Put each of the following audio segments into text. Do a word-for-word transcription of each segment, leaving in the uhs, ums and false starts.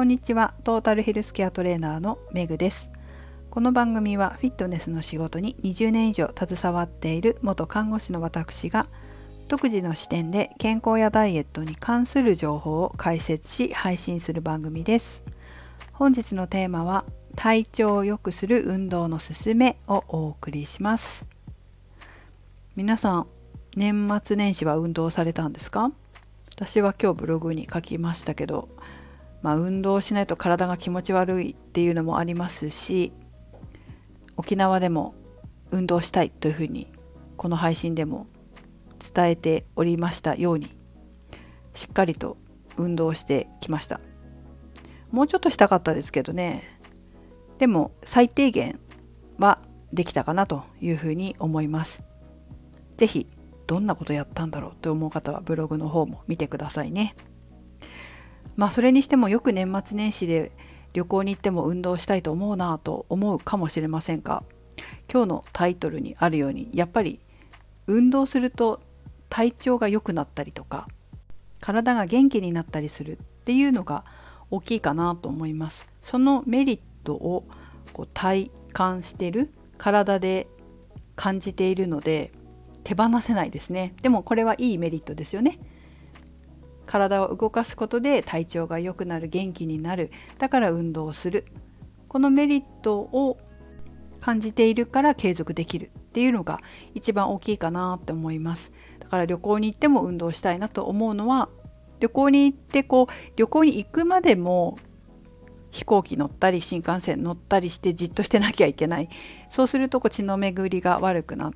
こんにちは。トータルヘルスケアトレーナーのメグです。この番組はフィットネスの仕事ににじゅうねん以上携わっている元看護師の私が独自の視点で健康やダイエットに関する情報を解説し配信する番組です。本日のテーマは体調を良くする運動のすすめをお送りします。皆さん、年末年始は運動されたんですか？私は今日ブログに書きましたけど、まあ、運動しないと体が気持ち悪いっていうのもありますし、沖縄でも運動したいというふうにこの配信でも伝えておりましたように、しっかりと運動してきました。もうちょっとしたかったですけどね。でも最低限はできたかなというふうに思います。ぜひどんなことやったんだろうと思う方はブログの方も見てくださいね。まあそれにしてもよく年末年始で旅行に行っても運動したいと思うなと思うかもしれませんが、今日のタイトルにあるようにやっぱり運動すると体調が良くなったりとか体が元気になったりするっていうのが大きいかなと思います。そのメリットをこう体感している、体で感じているので手放せないですね。でもこれはいいメリットですよね。体を動かすことで体調が良くなる、元気になる、だから運動をする、このメリットを感じているから継続できるっていうのが一番大きいかなって思います。だから旅行に行っても運動したいなと思うのは、旅行に行ってこう旅行に行くまでも飛行機乗ったり新幹線乗ったりしてじっとしてなきゃいけない。そうするとこう血の巡りが悪くなって、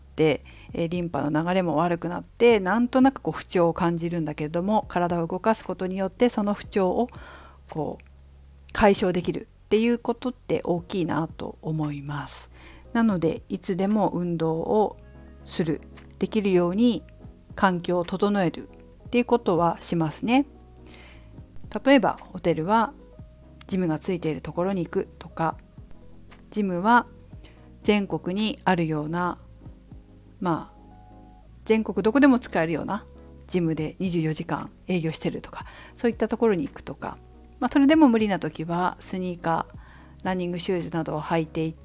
えー、リンパの流れも悪くなって、なんとなくこう不調を感じるんだけれども、体を動かすことによってその不調をこう解消できるっていうことって大きいなと思います。なのでいつでも運動をする、できるように環境を整えるっていうことはしますね。例えばホテルはジムがついているところに行くとか、ジムは全国にあるような、まあ全国どこでも使えるようなジムでにじゅうよじかん営業してるとか、そういったところに行くとか、まあ、それでも無理な時はスニーカー、ランニングシューズなどを履いていって、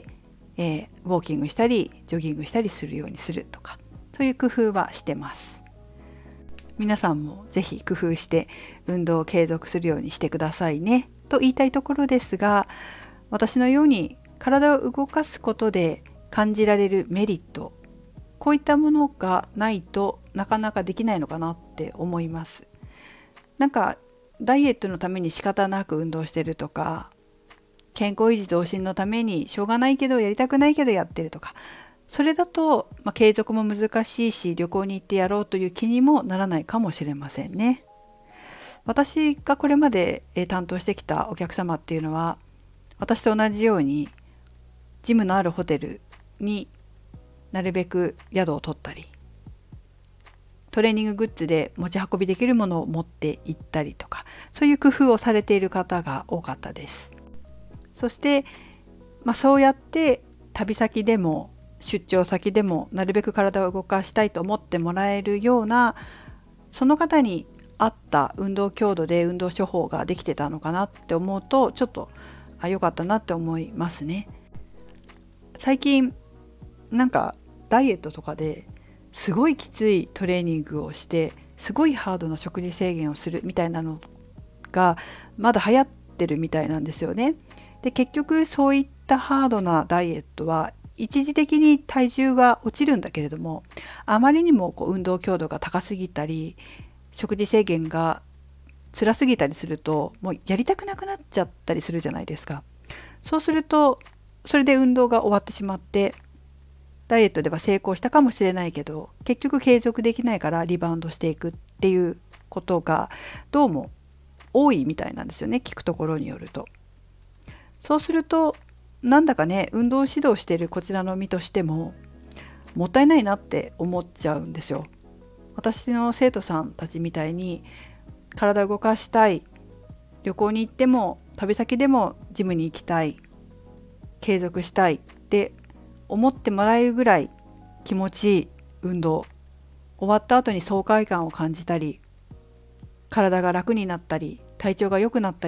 えー、ウォーキングしたりジョギングしたりするようにするとか、そういう工夫はしてます。皆さんもぜひ工夫して運動を継続するようにしてくださいねと言いたいところですが、私のように体を動かすことで感じられるメリット、こういったものがないとなかなかできないのかなって思います。なんかダイエットのために仕方なく運動してるとか、健康維持増進のためにしょうがないけどやりたくないけどやってるとか、それだと、まあ、継続も難しいし、旅行に行ってやろうという気にもならないかもしれませんね。私がこれまで担当してきたお客様っていうのは、私と同じようにジムのあるホテルになるべく宿を取ったり、トレーニンググッズで持ち運びできるものを持って行ったりとか、そういう工夫をされている方が多かったです。そして、まあ、そうやって旅先でも出張先でもなるべく体を動かしたいと思ってもらえるような、その方に合った運動強度で運動処方ができてたのかなって思うと、ちょっとあ良かったなって思いますね。最近なんかダイエットとかですごいきついトレーニングをしてすごいハードな食事制限をするみたいなのがまだ流行ってるみたいなんですよね。で、結局そういったハードなダイエットは一時的に体重が落ちるんだけれども、あまりにもこう運動強度が高すぎたり食事制限が辛すぎたりすると、もうやりたくなくなっちゃったりするじゃないですか。そうするとそれで運動が終わってしまって、ダイエットでは成功したかもしれないけど結局継続できないからリバウンドしていくっていうことがどうも多いみたいなんですよね、聞くところによると。そうするとなんだかね、運動指導しているこちらの身としてももったいないなって思っちゃうんですよ。私の生徒さんたちみたいに体を動かしたい、旅行に行っても旅先でもジムに行きたい、継続したいって思ってもらえるぐらい気持ちいい運動、終わった後に爽快感を感じたり、体が楽になったり体調が良くなったりっ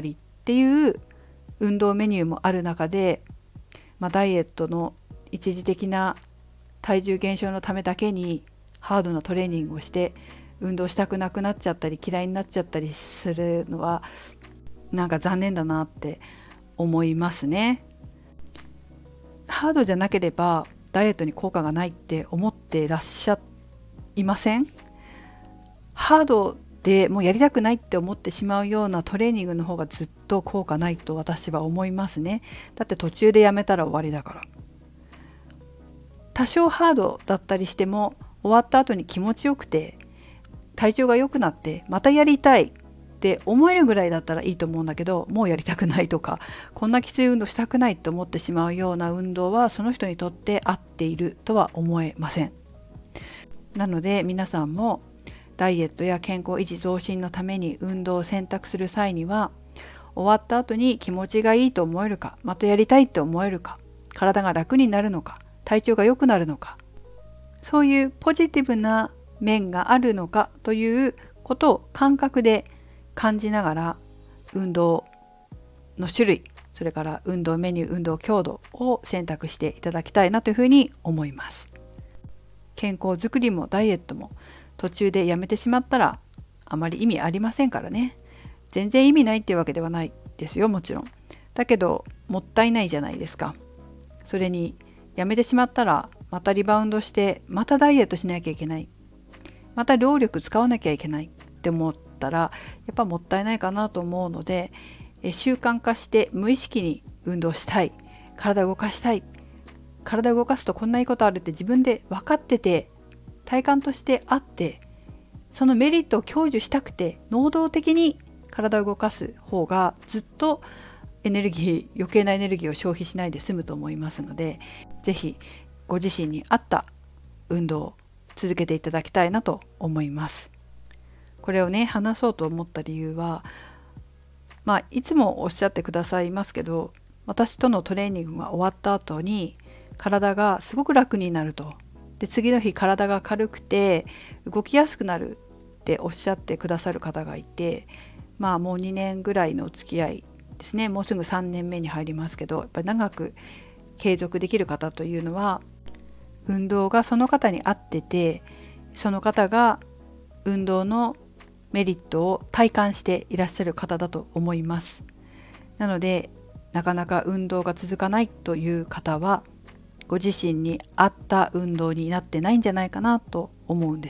っていう運動メニューもある中で、まあ、ダイエットの一時的な体重減少のためだけにハードなトレーニングをして運動したくなくなっちゃったり嫌いになっちゃったりするのはなんか残念だなって思いますね。ハードじゃなければダイエットに効果がないって思ってらっしゃいません？ハードでもうやりたくないって思ってしまうようなトレーニングの方がずっと効果ないと私は思いますね。だって途中でやめたら終わりだから。多少ハードだったりしても終わった後に気持ちよくて体調が良くなってまたやりたいって思えるぐらいだったらいいと思うんだけど、もうやりたくないとかこんなきつい運動したくないって思ってしまうような運動はその人にとって合っているとは思えません。なので皆さんもダイエットや健康維持増進のために運動を選択する際には、終わった後に気持ちがいいと思えるか、またやりたいって思えるか、体が楽になるのか、体調が良くなるのか、そういうポジティブな面があるのかということを感覚で感じながら運動の種類、それから運動メニュー、運動強度を選択していただきたいなというふうに思います。健康づくりもダイエットも途中でやめてしまったらあまり意味ありませんからね。全然意味ないっていうわけではないですよ、もちろん。だけどもったいないじゃないですか。それにやめてしまったらまたリバウンドしてまたダイエットしなきゃいけない、また労力使わなきゃいけないって思ったらやっぱもったいないかなと思うので、え習慣化して無意識に運動したい、体を動かしたい、体を動かすとこんないいことあるって自分で分かってて体感としてあって、そのメリットを享受したくて能動的に体を動かす方がずっとエネルギー余計なエネルギーを消費しないで済むと思いますので、ぜひご自身に合った運動を続けていただきたいなと思います。これをね話そうと思った理由は、まあいつもおっしゃってくださいますけど、私とのトレーニングが終わった後に体がすごく楽になると、で次の日体が軽くて動きやすくなるっておっしゃってくださる方がいて、まあもうにねんぐらいのお付き合いですね、もうすぐさんねんめに入りますけど、やっぱり長く継続できる方というのは運動がその方に合ってて、その方が運動のメリットを体感していらっしゃる方だと思います。なのでなかなか運動が続かないという方はご自身に合った運動になってないんじゃないかなと思うんです。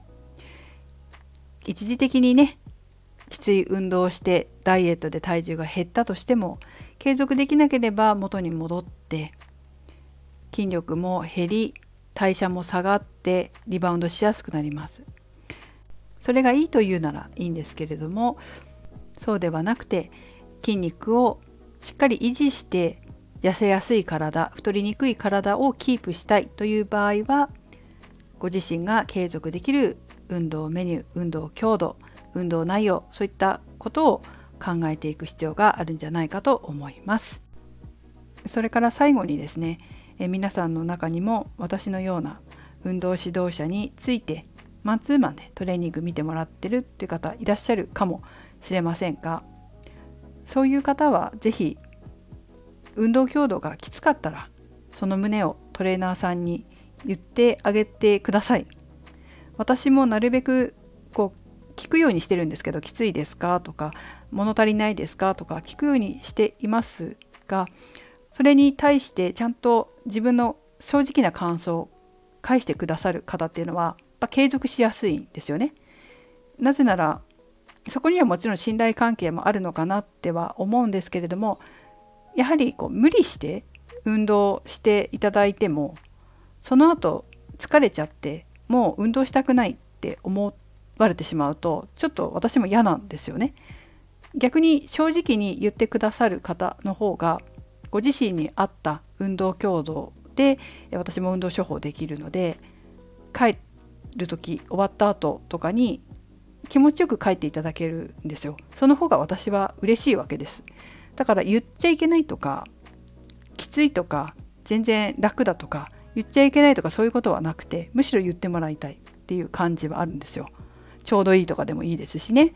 一時的にねきつい運動をしてダイエットで体重が減ったとしても継続できなければ元に戻って筋力も減り代謝も下がってリバウンドしやすくなります。それがいいというならいいんですけれども、そうではなくて筋肉をしっかり維持して痩せやすい体、太りにくい体をキープしたいという場合は、ご自身が継続できる運動メニュー、運動強度、運動内容、そういったことを考えていく必要があるんじゃないかと思います。それから最後にですね、え皆さんの中にも私のような運動指導者についてマンツーマンでトレーニング見てもらってるっていう方いらっしゃるかもしれませんが、そういう方はぜひ運動強度がきつかったらその旨をトレーナーさんに言ってあげてください。私もなるべくこう聞くようにしてるんですけど、きついですかとか物足りないですかとか聞くようにしていますが、それに対してちゃんと自分の正直な感想を返してくださる方っていうのはやっぱ継続しやすいんですよね。なぜならそこにはもちろん信頼関係もあるのかなっては思うんですけれども、やはりこう無理して運動していただいてもその後疲れちゃってもう運動したくないって思われてしまうとちょっと私も嫌なんですよね。逆に正直に言ってくださる方の方がご自身に合った運動強度で私も運動処方できるので、帰る時終わった後とかに気持ちよく帰っていただけるんですよ。その方が私は嬉しいわけです。だから言っちゃいけないとかきついとか全然楽だとか言っちゃいけないとかそういうことはなくて、むしろ言ってもらいたいっていう感じはあるんですよ。ちょうどいいとかでもいいですしね、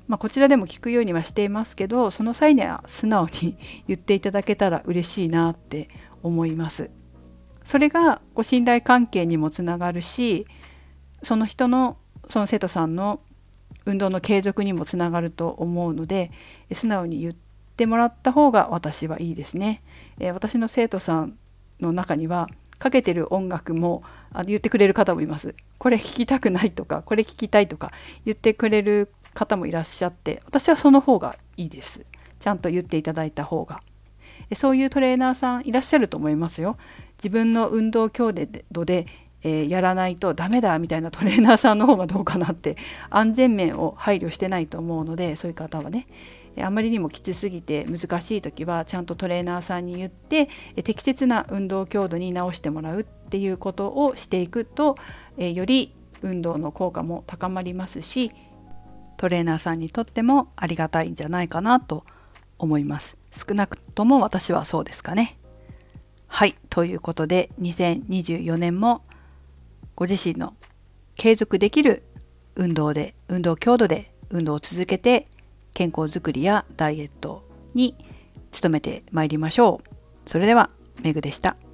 まあ、こちらでも聞くようにはしていますけど、その際には素直に言っていただけたら嬉しいなって思います。それがご信頼関係にもつながるし、その人のその生徒さんの運動の継続にもつながると思うので、素直に言ってもらった方が私はいいですね。えー、私の生徒さんの中にはかけてる音楽もあ言ってくれる方もいます。これ聞きたくないとか、これ聞きたいとか言ってくれる方もいらっしゃって、私はその方がいいです。ちゃんと言っていただいた方が。そういうトレーナーさんいらっしゃると思いますよ。自分の運動強度で、えー、やらないとダメだみたいなトレーナーさんの方がどうかなって、安全面を配慮してないと思うので、そういう方はね、あまりにもきつすぎて難しい時はちゃんとトレーナーさんに言って適切な運動強度に直してもらうっていうことをしていくと、えー、より運動の効果も高まりますし、トレーナーさんにとってもありがたいんじゃないかなと思います。少なくとも私はそうですかね。はい、ということでにせんにじゅうよねんもご自身の継続できる運動で運動強度で運動を続けて健康づくりやダイエットに努めてまいりましょう。それではメグでした。